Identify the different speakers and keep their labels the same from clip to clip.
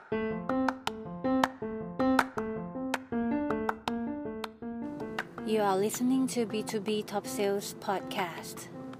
Speaker 1: You are listening to B2B Top Sales Podcast.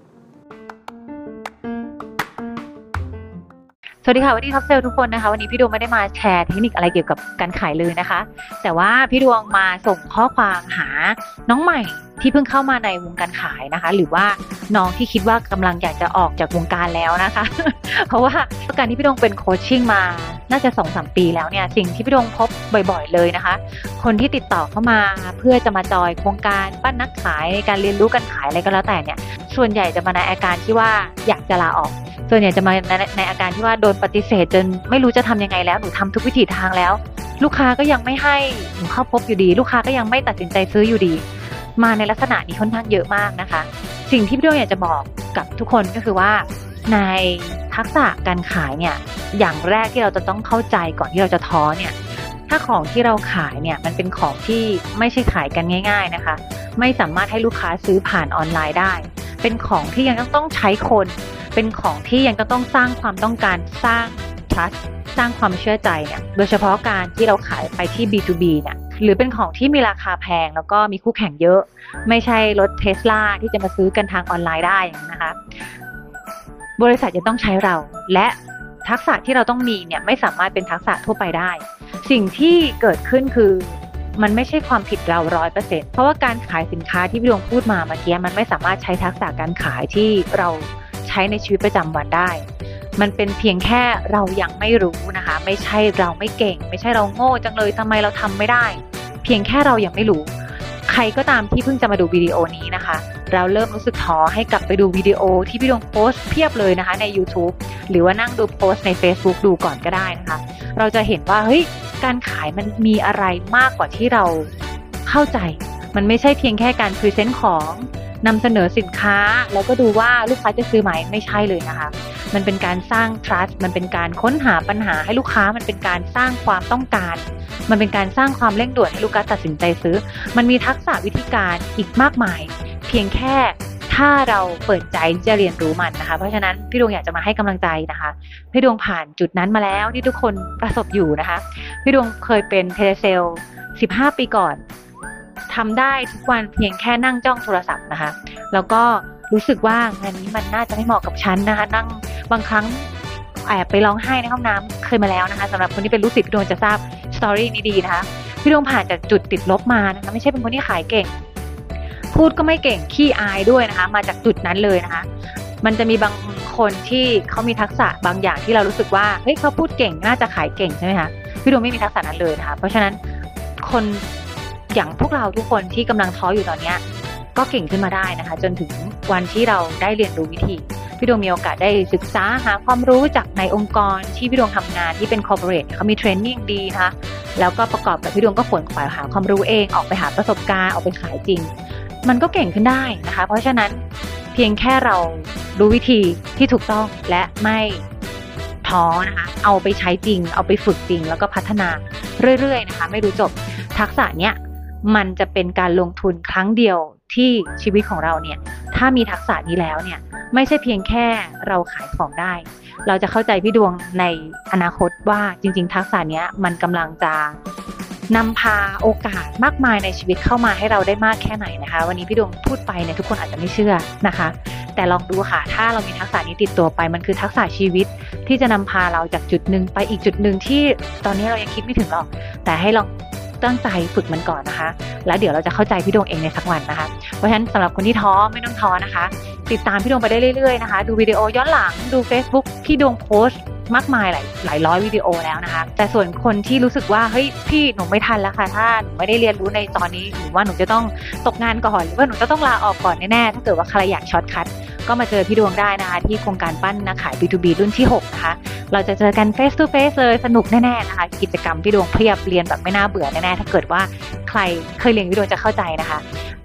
Speaker 2: สวัสดีค่ะวันนี้ท็อปเซลทุกคนนะคะวันนี้พี่ดวงไม่ได้มาแชร์เทคนิคอะไรเกี่ยวกับการขายเลยนะคะแต่ว่าพี่ดวงมาส่งข้อความหาน้องใหม่ที่เพิ่งเข้ามาในวงการขายนะคะหรือว่าน้องที่คิดว่ากำลังอยากจะออกจากวงการแล้วนะคะ เพราะว่าการที่พี่ดวงเป็นโคชชิ่งมาน่าจะ 2-3 ปีแล้วเนี่ยสิ่งที่พี่ดวงพบบ่อยๆเลยนะคะคนที่ติดต่อเข้ามาเพื่อจะมาจอยโครงการปั้นนักขายการเรียนรู้การขายอะไรก็แล้วแต่เนี่ยส่วนใหญ่จะมาในอาการที่ว่าอยากจะลาออกส่วนใหญ่จะมาในอาการที่ว่าโดนปฏิเสธจนไม่รู้จะทำยังไงแล้วหนูทำทุกวิถีทางแล้วลูกค้าก็ยังไม่ให้หนูเข้าพบอยู่ดีลูกค้าก็ยังไม่ตัดสินใจซื้ออยู่ดีมาในลักษณะนี้ค่อนข้างเยอะมากนะคะสิ่งที่พี่ดวงอยากจะบอกกับทุกคนก็คือว่าในทักษะการขายเนี่ยอย่างแรกที่เราจะต้องเข้าใจก่อนที่เราจะท้อเนี่ยถ้าของที่เราขายเนี่ยมันเป็นของที่ไม่ใช่ขายกันง่ายๆนะคะไม่สามารถให้ลูกค้าซื้อผ่านออนไลน์ได้เป็นของที่ยังต้องใช้คนเป็นของที่ยังต้องสร้างความต้องการสร้าง trust สร้างความเชื่อใจเนี่ยโดยเฉพาะการที่เราขายไปที่ B2B เนี่ยหรือเป็นของที่มีราคาแพงแล้วก็มีคู่แข่งเยอะไม่ใช่รถ Tesla ที่จะมาซื้อกันทางออนไลน์ได้อย่างนั้นนะคะบริษัทจะต้องใช้เราและทักษะที่เราต้องมีเนี่ยไม่สามารถเป็นทักษะทั่วไปได้สิ่งที่เกิดขึ้นคือมันไม่ใช่ความผิดเรา 100% เพราะว่าการขายสินค้าที่พี่ดวงพูดมาเมื่อกี้มันไม่สามารถใช้ทักษะการขายที่เราใช้ในชีวิตประจำวันได้มันเป็นเพียงแค่เรายังไม่รู้นะคะไม่ใช่เราไม่เก่งไม่ใช่เราโง่จังเลยทำไมเราทำไม่ได้เพียงแค่เรายังไม่รู้ใครก็ตามที่เพิ่งจะมาดูวิดีโอนี้นะคะเราเริ่มรู้สึกท้อให้กลับไปดูวิดีโอที่พี่ดวงโพสต์เพียบเลยนะคะใน YouTube หรือว่านั่งดูโพสต์ใน Facebook ดูก่อนก็ได้นะคะเราจะเห็นว่าเฮ้ยการขายมันมีอะไรมากกว่าที่เราเข้าใจมันไม่ใช่เพียงแค่การพรีเซนต์ของนำเสนอสินค้าแล้วก็ดูว่าลูกค้าจะซื้อไหมไม่ใช่เลยนะคะมันเป็นการสร้าง trust มันเป็นการค้นหาปัญหาให้ลูกค้ามันเป็นการสร้างความต้องการมันเป็นการสร้างความเร่งด่วนให้ลูกค้าตัดสินใจซื้อมันมีทักษะวิธีการอีกมากมายเพียงแค่ถ้าเราเปิดใจจะเรียนรู้มันนะคะเพราะฉะนั้นพี่ดวงอยากจะมาให้กำลังใจนะคะพี่ดวงผ่านจุดนั้นมาแล้วที่ทุกคนประสบอยู่นะคะพี่ดวงเคยเป็นเทเลเซล15 ปีก่อนทำได้ทุกวันเพียงแค่นั่งจ้องโทรศัพท์นะคะแล้วก็รู้สึกว่างานนี้มันน่าจะไม่เหมาะกับฉันนะคะนั่งบางครั้งแอบไปร้องไห้ในห้องน้ำเคยมาแล้วนะคะสำหรับคนที่เป็นลูกศิษย์พี่ดวงจะทราบสตอรี่นี้ดีนะคะพี่ดวงผ่านจากจุดติดลบมานะคะไม่ใช่เป็นคนที่ขายเก่งพูดก็ไม่เก่งขี้อายด้วยนะคะมาจากจุดนั้นเลยนะคะมันจะมีบางคนที่เขามีทักษะบางอย่างที่เรารู้สึกว่าเฮ้ยเขาพูดเก่งน่าจะขายเก่งใช่ไหมคะพี่ดวงไม่มีทักษะนั้นเลยนะคะเพราะฉะนั้นคนอย่างพวกเราทุกคนที่กำลังท้ออยู่ตอนนี้ก็เก่งขึ้นมาได้นะคะจนถึงวันที่เราได้เรียนรู้วิธีพี่ดวงมีโอกาสได้ศึกษาหาความรู้จากในองค์กรที่พี่ดวงทำงานที่เป็นคอร์ปอเรทเขามีเทรนนิ่งดีนะคะแล้วก็ประกอบกับพี่ดวงก็ขวนขวายหาความรู้เองออกไปหาประสบการณ์ออกไปขายจริงมันก็เก่งขึ้นได้นะคะเพราะฉะนั้นเพียงแค่เรารู้วิธีที่ถูกต้องและไม่ท้อนะคะเอาไปใช้จริงเอาไปฝึกจริงแล้วก็พัฒนาเรื่อยๆนะคะไม่รู้จบทักษะเนี้ยมันจะเป็นการลงทุนครั้งเดียวที่ชีวิตของเราเนี่ยถ้ามีทักษะนี้แล้วเนี่ยไม่ใช่เพียงแค่เราขายของได้เราจะเข้าใจพี่ดวงในอนาคตว่าจริงๆทักษะนี้มันกำลังจะนำพาโอกาสมากมายในชีวิตเข้ามาให้เราได้มากแค่ไหนนะคะวันนี้พี่ดวงพูดไปเนี่ยทุกคนอาจจะไม่เชื่อนะคะแต่ลองดูค่ะถ้าเรามีทักษะนี้ติดตัวไปมันคือทักษะชีวิตที่จะนำพาเราจากจุดหนึ่งไปอีกจุดหนึ่งที่ตอนนี้เรายังคิดไม่ถึงหรอกแต่ให้ลองตั้งใจฝึกมันก่อนนะคะแล้วเดี๋ยวเราจะเข้าใจพี่ดวงเองในสักวันนะคะเพราะฉะนั้นสำหรับคนที่ท้อไม่ต้องท้อนะคะติดตามพี่ดวงไปได้เรื่อยๆนะคะดูวิดีโอย้อนหลังดู Facebook พี่ดวงโพสต์มากมายหลายร้อยวิดีโอแล้วนะคะแต่ส่วนคนที่รู้สึกว่าเฮ้ยพี่หนูไม่ทันแล้วค่ะถ้าหนูไม่ได้เรียนรู้ในตอนนี้หรือว่าหนูจะต้องตกงานก่อนหรือว่าหนูจะต้องลาออกก่อนแน่ๆถ้าเกิดว่าใครอยากช็อตคัทก็มาเจอพี่ดวงได้นะคะที่โครงการปั้นนักขาย B2B รุ่นที่6นะคะเราจะเจอกัน face to face เลยสนุกแน่ๆนะคะกิจกรรมพี่ดวงเพียบเรียนแบบไม่น่าเบื่อแน่ๆถ้าเกิดว่าใครเคยเรียนพี่ดวงจะเข้าใจนะคะ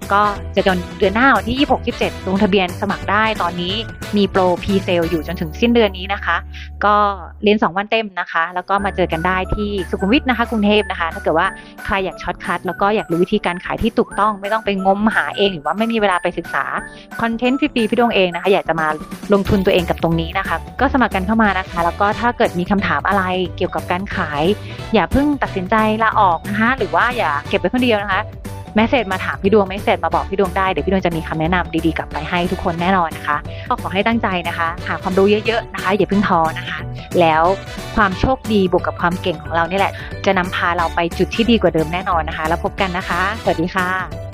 Speaker 2: ก็เจอกันเดือนหน้าวันที่ 26-27 ลงทะเบียนสมัครได้ตอนนี้มีโปรพรีเซลอยู่จนถึงสิ้นเดือนนี้นะคะก็เรียน2 วันเต็มนะคะแล้วก็มาเจอกันได้ที่สุขุมวิทนะคะกรุงเทพนะคะถ้าเกิดว่าใครอยากช็อตคัทแล้วก็อยากรู้วิธีการขายที่ถูกต้องไม่ต้องไปงมหาเองหรือว่าไม่มีเวลาไปศึกษาคอนเทนต์ฟรีๆพี่ดวงเองนะคะอยากจะมาลงทุนตัวเองกับตรงนี้นะคะก็สมัครกันเข้ามานะคะแล้วก็ถ้าเกิดมีคำถามอะไรเกี่ยวกับการขายอย่าเพิ่งตัดสินใจลาออกนะคะหรือว่าอย่าเก็บไว้คนเดียวนะคะแมสเสจมาถามพี่ดวงแมสเสจมาบอกพี่ดวงได้เดี๋ยวพี่ดวงจะมีคำแนะนำดีๆกลับไปให้ทุกคนแน่นอนนะคะก็ขอให้ตั้งใจนะคะหาความรู้เยอะๆนะคะอย่าเพิ่งท้อนะคะแล้วความโชคดีบวกกับความเก่งของเรานี่แหละจะนำพาเราไปจุดที่ดีกว่าเดิมแน่นอนนะคะแล้วพบกันนะคะสวัสดีค่ะ